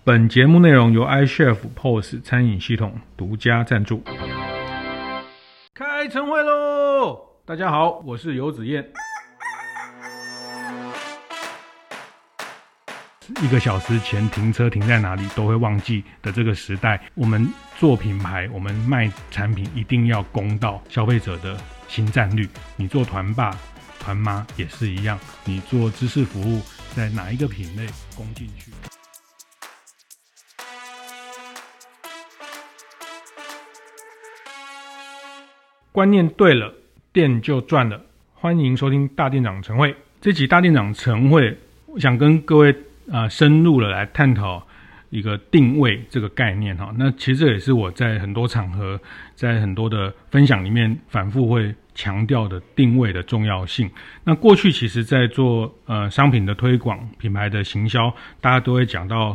本节目内容由 iChef POS 餐饮系统独家赞助。开晨会喽！大家好，我是游子燕。1个小时前停车停在哪里都会忘记的这个时代，我们做品牌，我们卖产品一定要攻到消费者的心占率。你做团爸团妈也是一样，你做知识服务，在哪一个品类攻进去。观念对了，店就赚了。欢迎收听大店长晨会。这集大店长晨会，我想跟各位深入的来探讨一个定位这个概念哈。那其实这也是我在很多场合，在很多的分享里面反复会强调的定位的重要性。那过去其实在做商品的推广、品牌的行销，大家都会讲到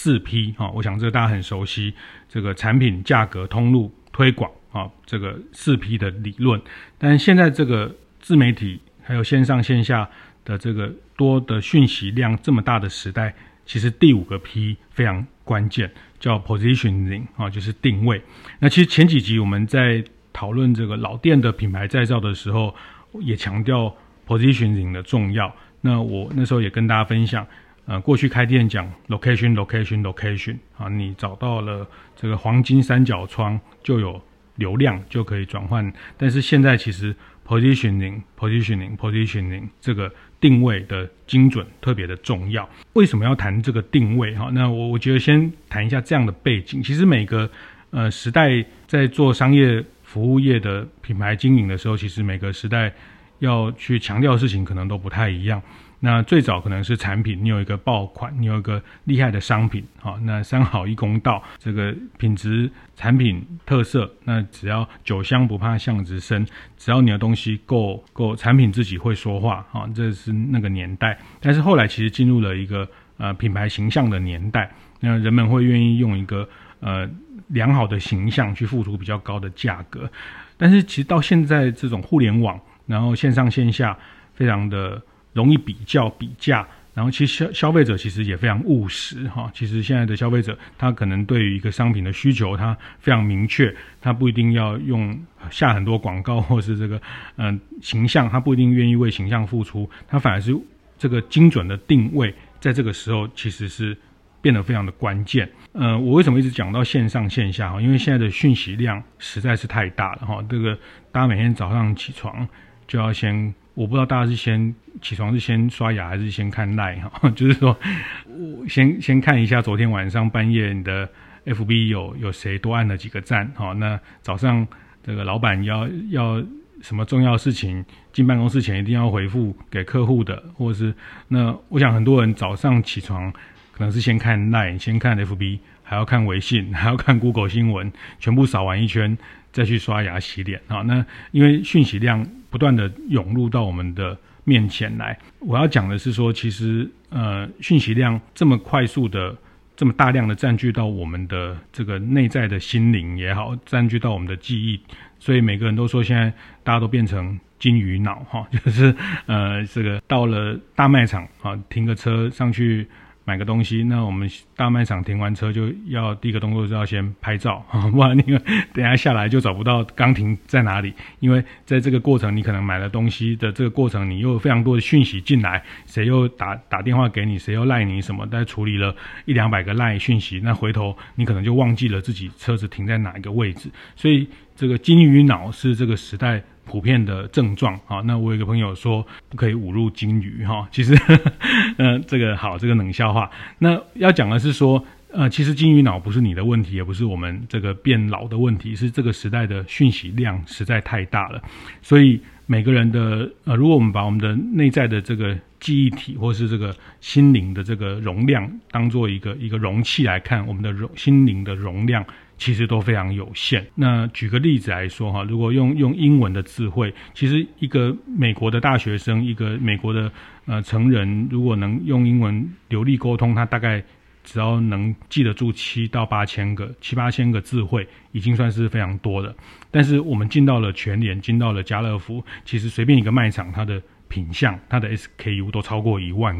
4P 哈。我想这个大家很熟悉，这个产品、价格、通路、推广这个4P 的理论。但是现在这个自媒体还有线上线下的这个多的讯息量这么大的时代，其实第5个 P 非常关键，叫 positioning 就是定位。那其实前几集我们在讨论这个老店的品牌再造的时候，也强调 positioning 的重要。那我那时候也跟大家分享，过去开店讲 location 你找到了这个黄金三角窗就有流量，就可以转换。但是现在其实 positioning 这个定位的精准特别的重要。为什么要谈这个定位？那我觉得先谈一下这样的背景。其实每个时代在做商业服务业的品牌经营的时候，其实每个时代要去强调的事情可能都不太一样。那最早可能是产品，你有一个爆款，你有一个厉害的商品，那3好1公道，这个品质、产品特色，那只要酒香不怕巷子深，只要你的东西够，产品自己会说话，这是那个年代。但是后来其实进入了一个品牌形象的年代，那人们会愿意用一个良好的形象去付出比较高的价格。但是其实到现在这种互联网，然后线上线下非常的容易比价，然后其实消费者其实也非常务实其实现在的消费者他可能对于一个商品的需求他非常明确，他不一定要下很多广告，或是这个形象，他不一定愿意为形象付出，他反而是这个精准的定位，在这个时候其实是变得非常的关键。我为什么一直讲到线上线下？因为现在的讯息量实在是太大了这个大家每天早上起床就要先，我不知道大家是先起床是先刷牙还是先看 LINE 就是说我先看一下昨天晚上半夜你的 FB 有谁多按了几个赞那早上这个老板要什么重要事情进办公室前一定要回复给客户的，或者是那我想很多人早上起床可能是先看 LINE 先看 FB， 还要看微信，还要看 Google 新闻，全部扫完一圈再去刷牙洗脸那因为讯息量不断的涌入到我们的面前来，我要讲的是说，其实讯息量这么快速的、这么大量的占据到我们的这个内在的心灵也好，占据到我们的记忆，所以每个人都说现在大家都变成金鱼脑就是这个到了大卖场停个车上去买个东西，那我们大卖场停完车就要第一个动作是要先拍照不然你等一下下来就找不到刚停在哪里。因为在这个过程你可能买了东西的这个过程，你又有非常多的讯息进来，谁又打电话给你，谁又赖你什么，在处理了100-200个赖讯息，那回头你可能就忘记了自己车子停在哪一个位置。所以这个金鱼脑是这个时代普遍的症状那我有一个朋友说不可以侮辱金鱼其实这个好，这个冷笑话。那要讲的是说其实金鱼脑不是你的问题，也不是我们这个变老的问题，是这个时代的讯息量实在太大了。所以每个人的如果我们把我们的内在的这个记忆体或是这个心灵的这个容量当做一个容器来看，我们的心灵的容量其实都非常有限。那举个例子来说如果用英文的智慧，其实一个美国的大学生，一个美国的成人，如果能用英文流利沟通，他大概只要能记得住7-8千个字汇，已经算是非常多的。但是我们进到了全联，进到了家乐福，其实随便一个卖场，它的品项，它的 SKU 都超过1万个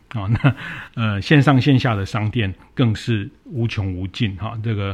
那线上线下的商店更是无穷无尽这个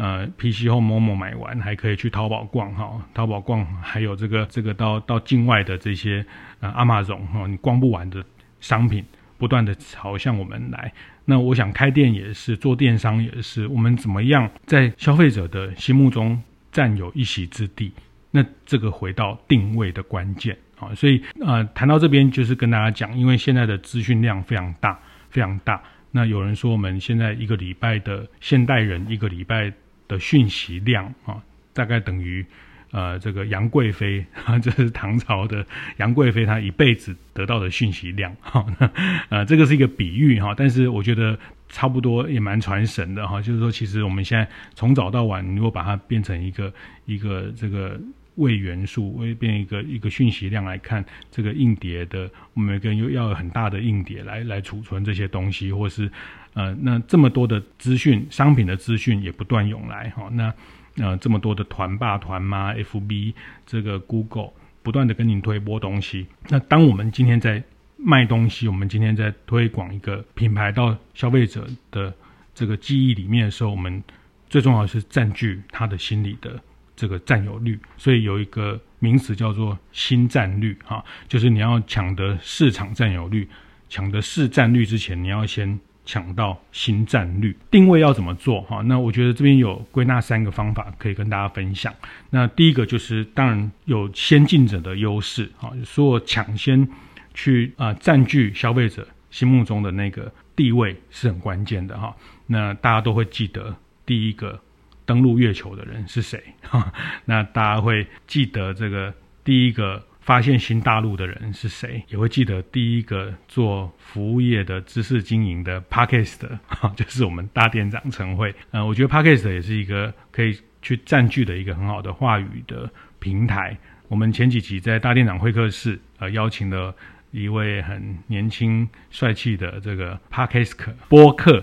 PC Home Momo 买完还可以去淘宝逛淘宝逛还有这个到境外的这些Amazon 你逛不完的商品不断的朝向我们来。那我想开店也是，做电商也是，我们怎么样在消费者的心目中占有一席之地，那这个回到定位的关键所以谈到这边就是跟大家讲，因为现在的资讯量非常大非常大，那有人说我们现在一个礼拜的现代人一个礼拜的讯息量大概等于这个杨贵妃这是唐朝的杨贵妃她一辈子得到的讯息量这个是一个比喻但是我觉得差不多也蛮传神的就是说其实我们现在从早到晚如果把它变成一个这个位元素会变一个讯息量来看，这个硬碟的我们每个人又要有很大的硬碟来储存这些东西，或是那这么多的资讯商品的资讯也不断涌来那这么多的团爸团妈 FB 这个 Google 不断的跟您推播东西，那当我们今天在卖东西，我们今天在推广一个品牌到消费者的这个记忆里面的时候，我们最重要的是占据他的心理的这个占有率，所以有一个名词叫做新占率就是你要抢得市场占有率，抢得市占率之前，你要先抢到新占率。定位要怎么做那我觉得这边有归纳3个方法可以跟大家分享。那第一个就是当然有先进者的优势所有抢先去占据消费者心目中的那个地位是很关键的那大家都会记得第一个登陆月球的人是谁那大家会记得这个第一个发现新大陆的人是谁，也会记得第一个做服务业的知识经营的 Podcast 就是我们大店长陈慧我觉得 Podcast 也是一个可以去占据的一个很好的话语的平台。我们前几集在大店长会客室邀请了一位很年轻帅气的这个 Podcast 播客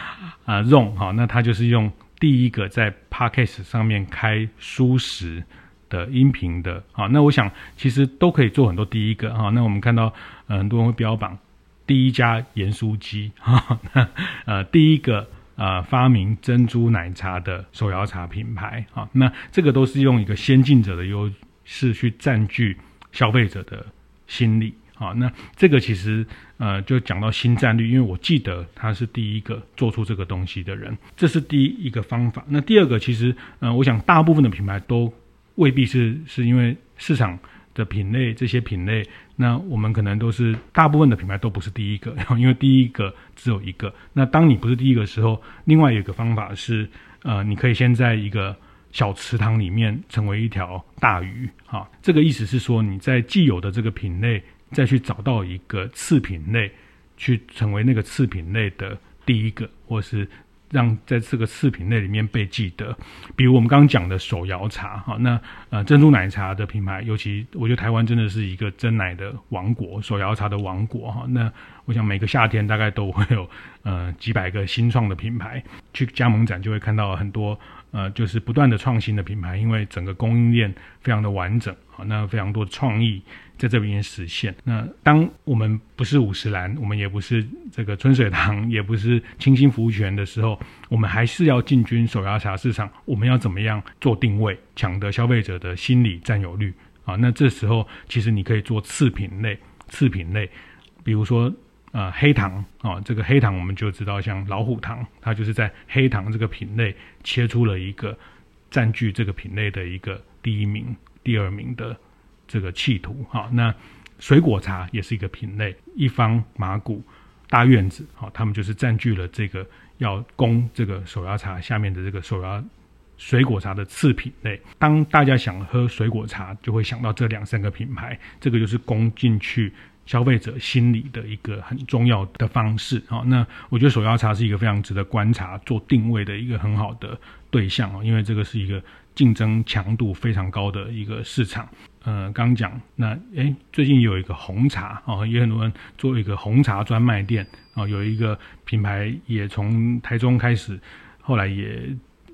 Ron 那他就是用第一个在 Podcast 上面开蔬食的音频的那我想其实都可以做很多第一个那我们看到很多人会标榜第一家盐酥鸡第一个发明珍珠奶茶的手摇茶品牌那这个都是用一个先进者的优势去占据消费者的心理那这个其实就讲到新占率，因为我记得他是第一个做出这个东西的人，这是第一个方法。那第二个其实我想大部分的品牌都未必是因为市场的品类这些品类，那我们可能都是大部分的品牌都不是第一个，因为第一个只有一个。那当你不是第一个的时候，另外有一个方法是你可以先在一个小池塘里面成为一条大鱼这个意思是说你在既有的这个品类再去找到一个次品类去成为那个次品类的第一个，或是让在这个次品类里面被记得。比如我们刚刚讲的手摇茶那珍珠奶茶的品牌，尤其我觉得台湾真的是一个珍奶的王国，手摇茶的王国那我想每个夏天大概都会有几百个新创的品牌，去加盟展就会看到很多就是不断的创新的品牌，因为整个供应链非常的完整那非常多的创意在这边实现。那当我们不是50岚，我们也不是这个春水堂，也不是清新服务权的时候，我们还是要进军手摇茶市场，我们要怎么样做定位，抢得消费者的心理占有率那这时候其实你可以做次品类，比如说黑糖这个黑糖我们就知道像老虎糖，它就是在黑糖这个品类切出了一个占据这个品类的一个第一名第二名的这个企图那水果茶也是一个品类，一方麻古大院子他们就是占据了这个要攻这个手摇茶下面的这个手摇水果茶的次品类。当大家想喝水果茶就会想到这2-3个品牌，这个就是攻进去消费者心理的一个很重要的方式那我觉得手摇茶是一个非常值得观察做定位的一个很好的对象因为这个是一个竞争强度非常高的一个市场刚讲那最近有一个红茶也很多人做一个红茶专卖店有一个品牌也从台中开始，后来也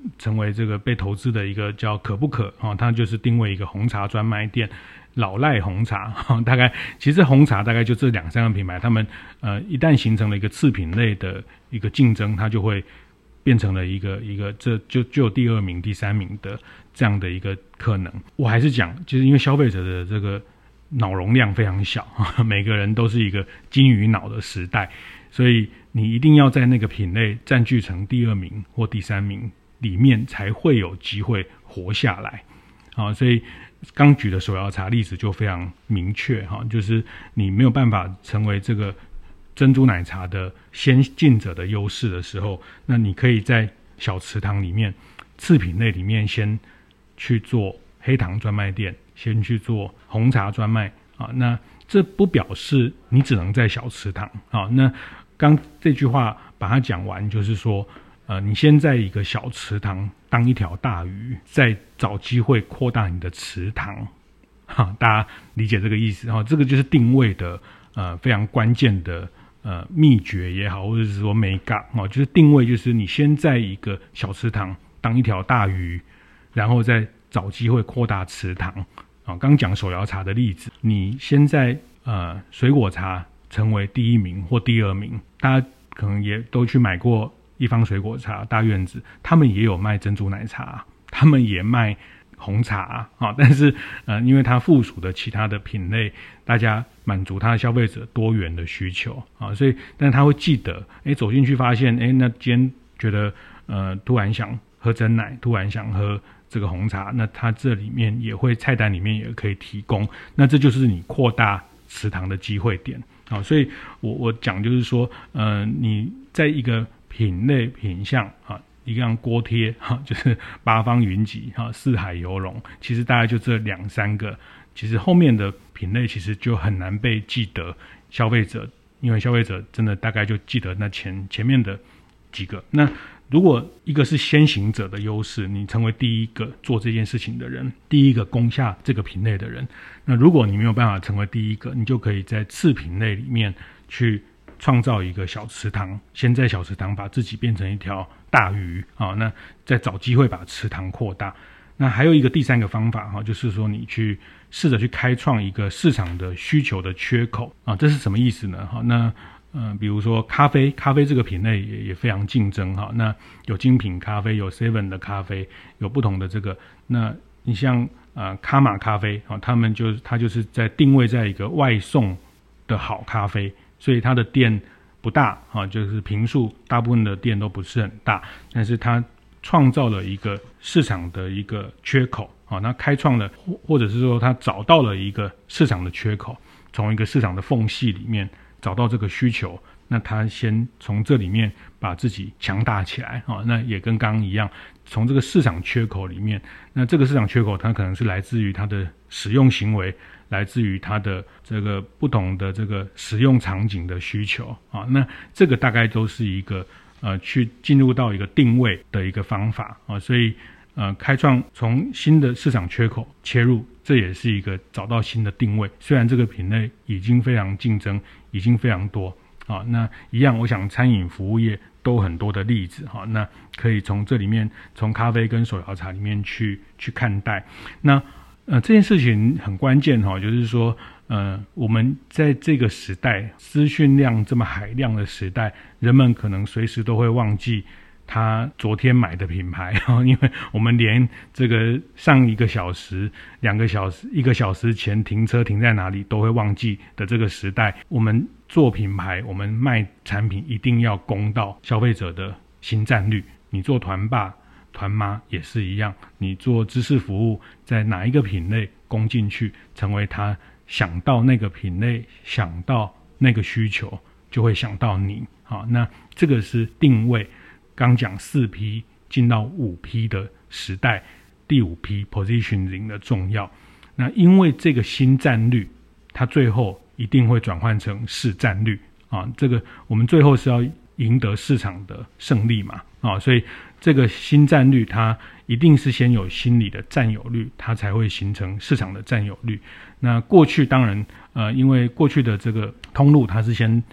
成为这个被投资的一个叫可不可它就是定位一个红茶专卖店，老赖红茶大概其实红茶大概就这2-3个品牌，他们一旦形成了一个次品类的一个竞争，它就会变成了一个这就有第2名、第3名的这样的一个可能。我还是讲，就是因为消费者的这个脑容量非常小，每个人都是一个金鱼脑的时代，所以你一定要在那个品类占据成第2名或第3名里面，才会有机会活下来。所以刚举的手摇茶例子就非常明确，就是你没有办法成为这个珍珠奶茶的先进者的优势的时候，那你可以在小池塘里面次品类里面先去做黑糖专卖店，先去做红茶专卖那这不表示你只能在小池塘那刚这句话把它讲完，就是说你先在一个小池塘当一条大鱼，再找机会扩大你的池塘大家理解这个意思这个就是定位的非常关键的秘诀也好，或者是说美感就是定位，就是你先在一个小池塘当一条大鱼，然后再找机会扩大池塘刚讲手摇茶的例子，你先在水果茶成为第1名或第2名，大家可能也都去买过一方水果茶、大院子，他们也有卖珍珠奶茶，他们也卖红茶但是因为它附属的其他的品类，大家满足他的消费者多元的需求所以但是他会记得走进去发现那今天觉得突然想喝珍奶，突然想喝这个红茶，那它这里面也会菜单里面也可以提供，那这就是你扩大池塘的机会点所以我讲就是说你在一个品类品项一样锅贴就是八方云集四海游龙，其实大概就这2-3个，其实后面的品类其实就很难被记得消费者，因为消费者真的大概就记得那前面的几个。那如果一个是先行者的优势，你成为第一个做这件事情的人，第一个攻下这个品类的人，那如果你没有办法成为第一个，你就可以在次品类里面去创造一个小池塘，先在小池塘把自己变成一条大鱼那再找机会把池塘扩大。那还有一个第3个方法就是说你去试着去开创一个市场的需求的缺口这是什么意思呢那比如说咖啡这个品类也非常竞争那有精品咖啡，有 7 的咖啡，有不同的这个，那你像卡玛咖啡它就是在定位在一个外送的好咖啡，所以它的店不大就是坪数大部分的店都不是很大，但是它创造了一个市场的一个缺口那开创了或者是说它找到了一个市场的缺口，从一个市场的缝隙里面找到这个需求，那他先从这里面把自己强大起来那也跟刚刚一样，从这个市场缺口里面，那这个市场缺口它可能是来自于它的使用行为，来自于它的这个不同的这个使用场景的需求那这个大概都是一个去进入到一个定位的一个方法所以开创从新的市场缺口切入，这也是一个找到新的定位。虽然这个品类已经非常竞争，已经非常多那一样，我想餐饮服务业都很多的例子那可以从这里面，从咖啡跟手摇茶里面去看待。那这件事情很关键就是说我们在这个时代，资讯量这么海量的时代，人们可能随时都会忘记他昨天买的品牌因为我们连这个上1个小时、2个小时、1个小时前停车停在哪里都会忘记的这个时代，我们做品牌，我们卖产品一定要攻到消费者的新战率。你做团爸团妈也是一样，你做知识服务，在哪一个品类攻进去，成为他想到那个品类，想到那个需求，就会想到你那这个是定位。刚讲4P 进到5P 的时代，第5P positioning 的重要。那因为这个新战略，它最后一定会转换成市占率这个我们最后是要赢得市场的胜利嘛所以这个新战略它一定是先有心理的占有率，它才会形成市场的占有率。那过去当然因为过去的这个通路它是先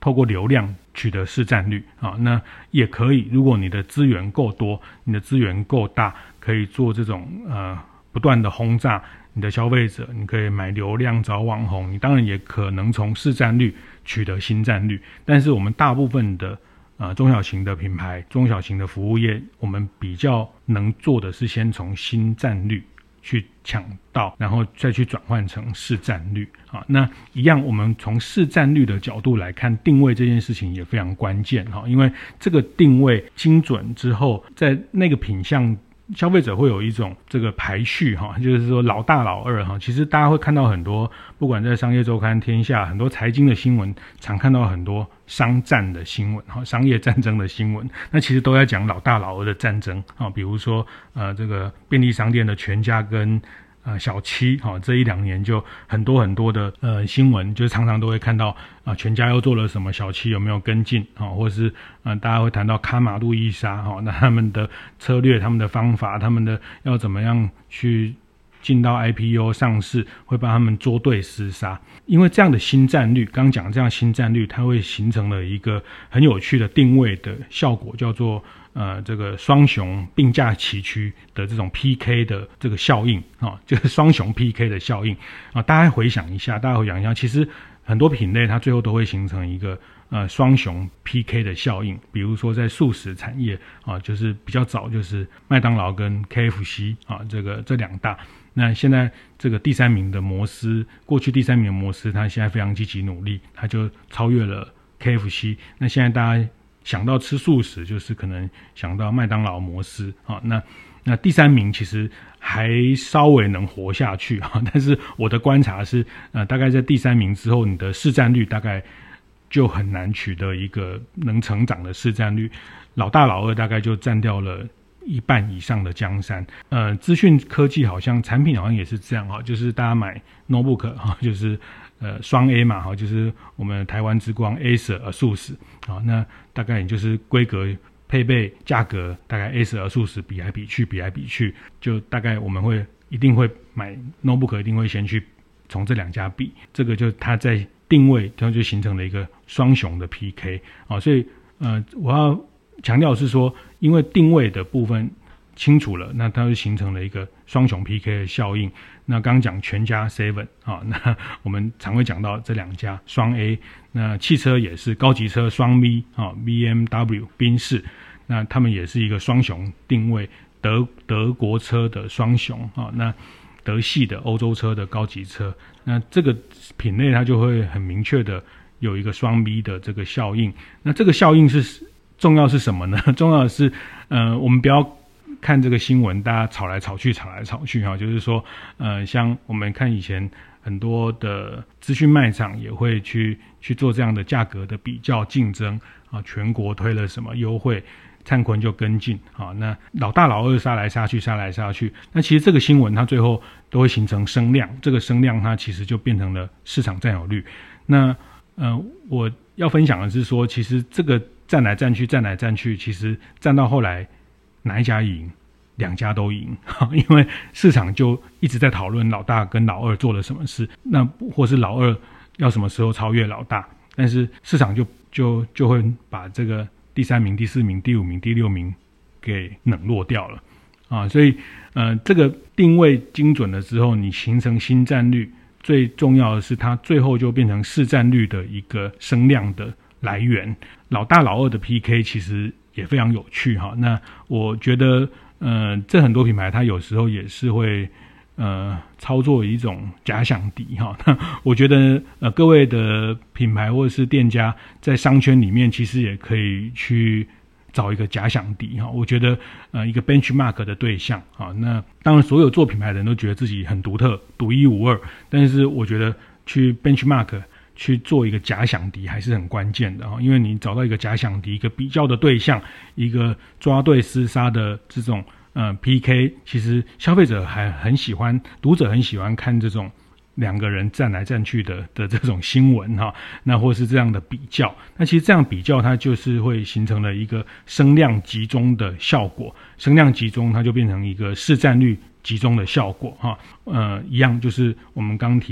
透过流量取得市占率啊。那也可以，如果你的资源够多，你的资源够大，可以做这种不断的轰炸你的消费者，你可以买流量找网红，你当然也可能从市占率取得新占率。但是我们大部分的中小型的品牌、中小型的服务业，我们比较能做的是先从新占率去抢到，然后再去转换成市占率啊。那一样，我们从市占率的角度来看，定位这件事情也非常关键哈，因为这个定位精准之后，在那个品项，消费者会有一种这个排序哈，就是说老大老二哈。其实大家会看到很多，不管在商业周刊、天下很多财经的新闻，常看到很多商战的新闻哈，商业战争的新闻。那其实都在讲老大老二的战争啊，比如说这个便利商店的全家跟小七这一两年就很多的新闻，就是常常都会看到全家又做了什么，小七有没有跟进或是大家会谈到卡马路易莎那他们的策略、他们的方法、他们的要怎么样去进到 IPO 上市，会帮他们捉对厮杀。因为这样的新战率，刚刚讲这样新战率，它会形成了一个很有趣的定位的效果，叫做这个双雄并驾齐驱的这种 PK 的这个效应就是双雄 PK 的效应大家回想一下，其实很多品类它最后都会形成一个双雄 PK 的效应。比如说在素食产业就是比较早就是麦当劳跟 KFC 这两大。那现在这个第三名的摩斯，过去第三名的摩斯，他现在非常积极努力，他就超越了 KFC。那现在大家想到吃素食，就是可能想到麦当劳、摩斯那第三名其实还稍微能活下去但是我的观察是大概在第三名之后，你的市占率大概就很难取得一个能成长的市占率，老大老二大概就占掉了一半以上的江山。资讯科技好像产品好像也是这样就是大家买 notebook 就是双 A 嘛就是我们台湾之光 Acer ASUS 那大概也就是规格、配备、价格，大概 Acer ASUS 比来比去，就大概我们一定会买 notebook， 一定会先去从这两家比，这个就它在定位，它就形成了一个双雄的 PK 所以我要强调的是说，因为定位的部分清楚了，那它就形成了一个双雄 PK 的效应。那刚刚讲全家 Seven 那我们常会讲到这两家双 A。那汽车也是高级车双 B BMW 宾士，那他们也是一个双雄定位，德国车的双雄那德系的欧洲车的高级车，那这个品类它就会很明确的有一个双 B 的这个效应。那这个效应是重要是什么呢？重要的是我们不要看这个新闻大家吵来吵去就是说像我们看以前很多的资讯卖场也会去做这样的价格的比较竞争全国推了什么优惠，灿坤就跟进那老大老二杀来杀去，那其实这个新闻它最后都会形成声量，这个声量它其实就变成了市场占有率。那我要分享的是说，其实这个站来站去，其实站到后来哪一家赢，两家都赢因为市场就一直在讨论老大跟老二做了什么事，那或是老二要什么时候超越老大，但是市场就会把这个第三名、第四名、第五名、第六名给冷落掉了所以这个定位精准了之后，你形成新占率，最重要的是它最后就变成市占率的一个声量的来源。老大老二的 PK 其实也非常有趣那我觉得这很多品牌它有时候也是会操作一种假想敌那我觉得各位的品牌或者是店家在商圈里面其实也可以去找一个假想敌我觉得一个 benchmark 的对象那当然所有做品牌的人都觉得自己很独特、独一无二，但是我觉得去 benchmark 去做一个假想敌还是很关键的因为你找到一个假想敌，一个比较的对象，一个抓对厮杀的这种PK， 其实消费者还很喜欢，读者很喜欢看这种两个人站来站去的这种新闻那或是这样的比较，那其实这样比较它就是会形成了一个声量集中的效果，声量集中它就变成一个市占率集中的效果一样就是我们刚刚提到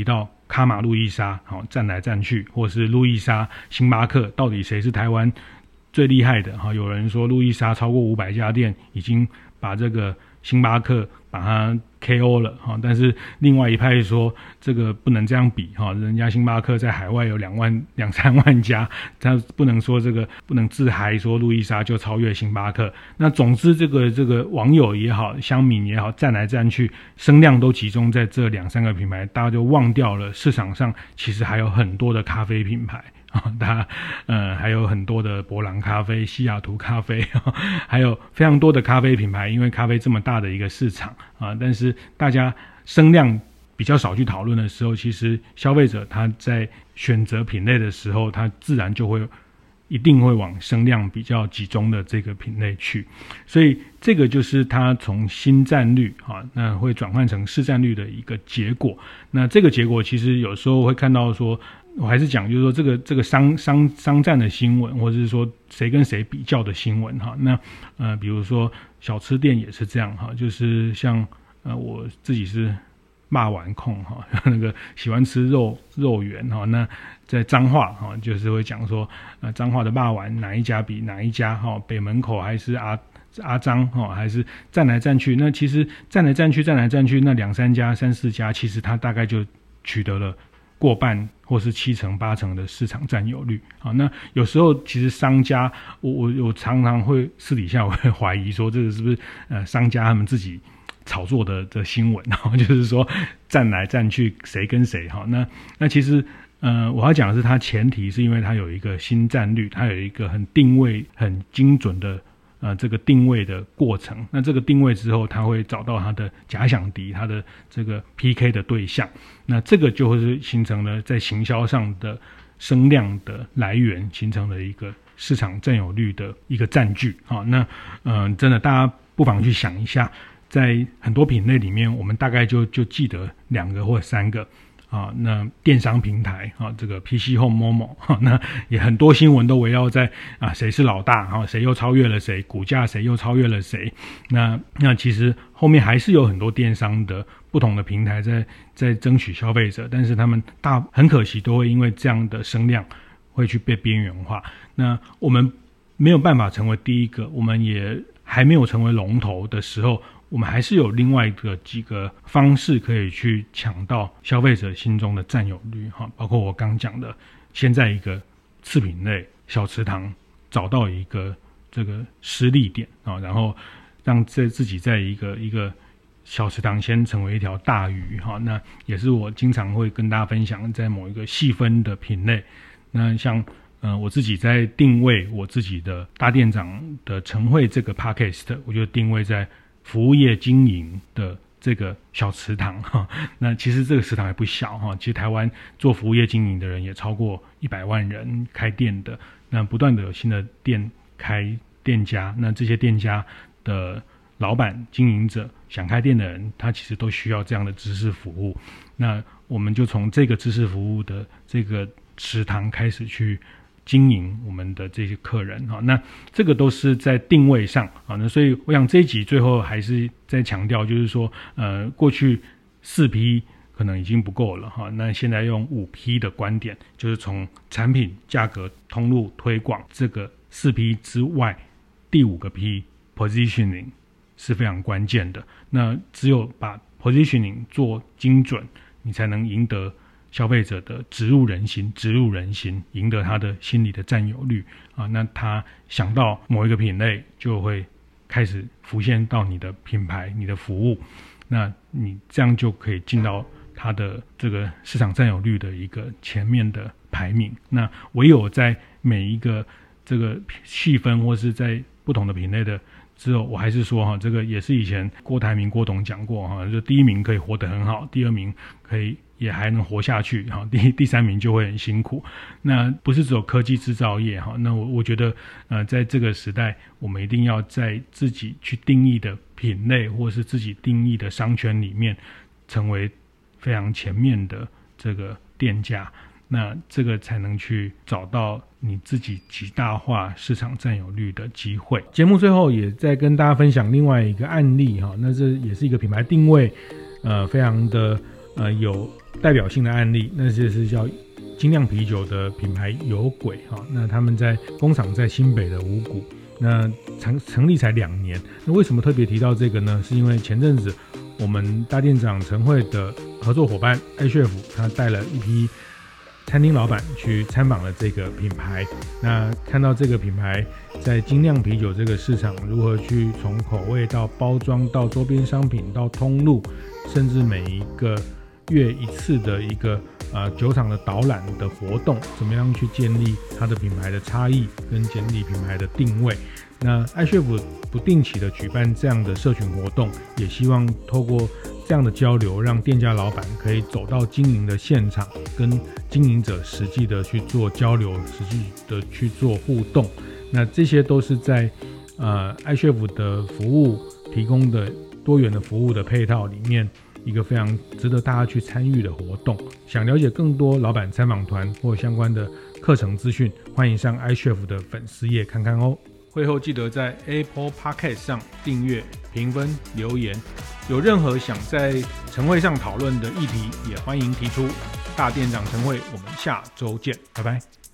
卡玛路易莎站来站去，或是路易莎星巴克，到底谁是台湾最厉害的？有人说路易莎超过500家店，已经把这个星巴克把它 KO 了，但是另外一派说这个不能这样比，人家星巴克在海外有2-3万家，他不能说这个不能自嗨说路易莎就超越星巴克。那总之这个网友也好，乡民也好，站来站去，声量都集中在这2-3个品牌，大家就忘掉了市场上其实还有很多的咖啡品牌。它还有很多的伯朗咖啡、西雅图咖啡，还有非常多的咖啡品牌。因为咖啡这么大的一个市场但是大家声量比较少去讨论的时候，其实消费者他在选择品类的时候，他自然就会一定会往声量比较集中的这个品类去。所以这个就是它从新占率那会转换成市占率的一个结果。那这个结果其实有时候会看到说，我还是讲就是说这个商战的新闻，或者是说谁跟谁比较的新闻那比如说小吃店也是这样就是像我自己是肉丸控那个喜欢吃肉圆那在彰化就是会讲说彰化的肉丸哪一家比哪一家北门口还是阿张还是站来站去。那其实站来站去那2-3家3-4家，其实它大概就取得了过半或是7-8成的市场占有率。那有时候其实商家我常常会私底下我会怀疑说，这个是不是商家他们自己炒作的新闻就是说站来站去谁跟谁那其实我要讲的是，它前提是因为它有一个新占率，它有一个很定位很精准的这个定位的过程。那这个定位之后，它会找到它的假想敌，它的这个 PK 的对象。那这个就会是形成了在行销上的声量的来源，形成了一个市场占有率的一个占据那真的大家不妨去想一下，在很多品类里面，我们大概就记得2个或3个那电商平台这个 PC Home Momo 那也很多新闻都围绕在谁是老大谁又超越了谁，股价谁又超越了谁。那其实后面还是有很多电商的不同的平台在争取消费者，但是他们很可惜都会因为这样的声量会去被边缘化。那我们没有办法成为第一个，我们也还没有成为龙头的时候，我们还是有另外几个方式可以去抢到消费者心中的占有率包括我刚讲的，先在一个次品类小池塘找到一个这个施力点然后让自己在一个小池塘先成为一条大鱼那也是我经常会跟大家分享，在某一个细分的品类。那像我自己在定位我自己的大店长的晨会这个 podcast， 我就定位在服务业经营的这个小池塘那其实这个池塘也不小其实台湾做服务业经营的人也超过100万人开店的，那不断的有新的店开店家，那这些店家的老板经营者想开店的人，他其实都需要这样的知识服务。那我们就从这个知识服务的这个池塘开始去经营我们的这些客人那这个都是在定位上那所以我想这一集最后还是在强调，就是说过去4P 可能已经不够了那现在用5P 的观点，就是从产品、价格、通路、推广这个4P 之外，第5个 P positioning 是非常关键的。那只有把 positioning 做精准，你才能赢得消费者的植入人心，赢得他的心理的占有率那他想到某一个品类，就会开始浮现到你的品牌、你的服务，那你这样就可以进到他的这个市场占有率的一个前面的排名。那唯有在每一个这个细分或是在不同的品类的之后，我还是说这个也是以前郭台铭郭董讲过就第1名可以活得很好，第2名可以也还能活下去第3名就会很辛苦。那不是只有科技制造业那我觉得在这个时代，我们一定要在自己去定义的品类或是自己定义的商圈里面，成为非常前面的这个店家，那这个才能去找到你自己极大化市场占有率的机会。节目最后也再跟大家分享另外一个案例那这也是一个品牌定位非常的有代表性的案例，那就是叫精酿啤酒的品牌有鬼那他们在工厂在新北的五股，那成立才2年。那为什么特别提到这个呢？是因为前阵子我们大店长晨会的合作伙伴iChef，他带了一批餐厅老板去参访了这个品牌，那看到这个品牌在精酿啤酒这个市场如何去从口味到包装到周边商品到通路，甚至每一个月一次的一个酒厂的导览的活动，怎么样去建立它的品牌的差异跟建立品牌的定位。那iChef不定期的举办这样的社群活动，也希望透过这样的交流，让店家老板可以走到经营的现场，跟经营者实际的去做交流，实际的去做互动。那这些都是在iChef的服务提供的多元的服务的配套里面，一个非常值得大家去参与的活动。想了解更多老板参访团或相关的课程资讯，欢迎上 iChef 的粉丝页看看哦。会后记得在 Apple Podcast 上订阅、评分、留言。有任何想在晨会上讨论的议题，也欢迎提出。大店长晨会，我们下周见，拜拜。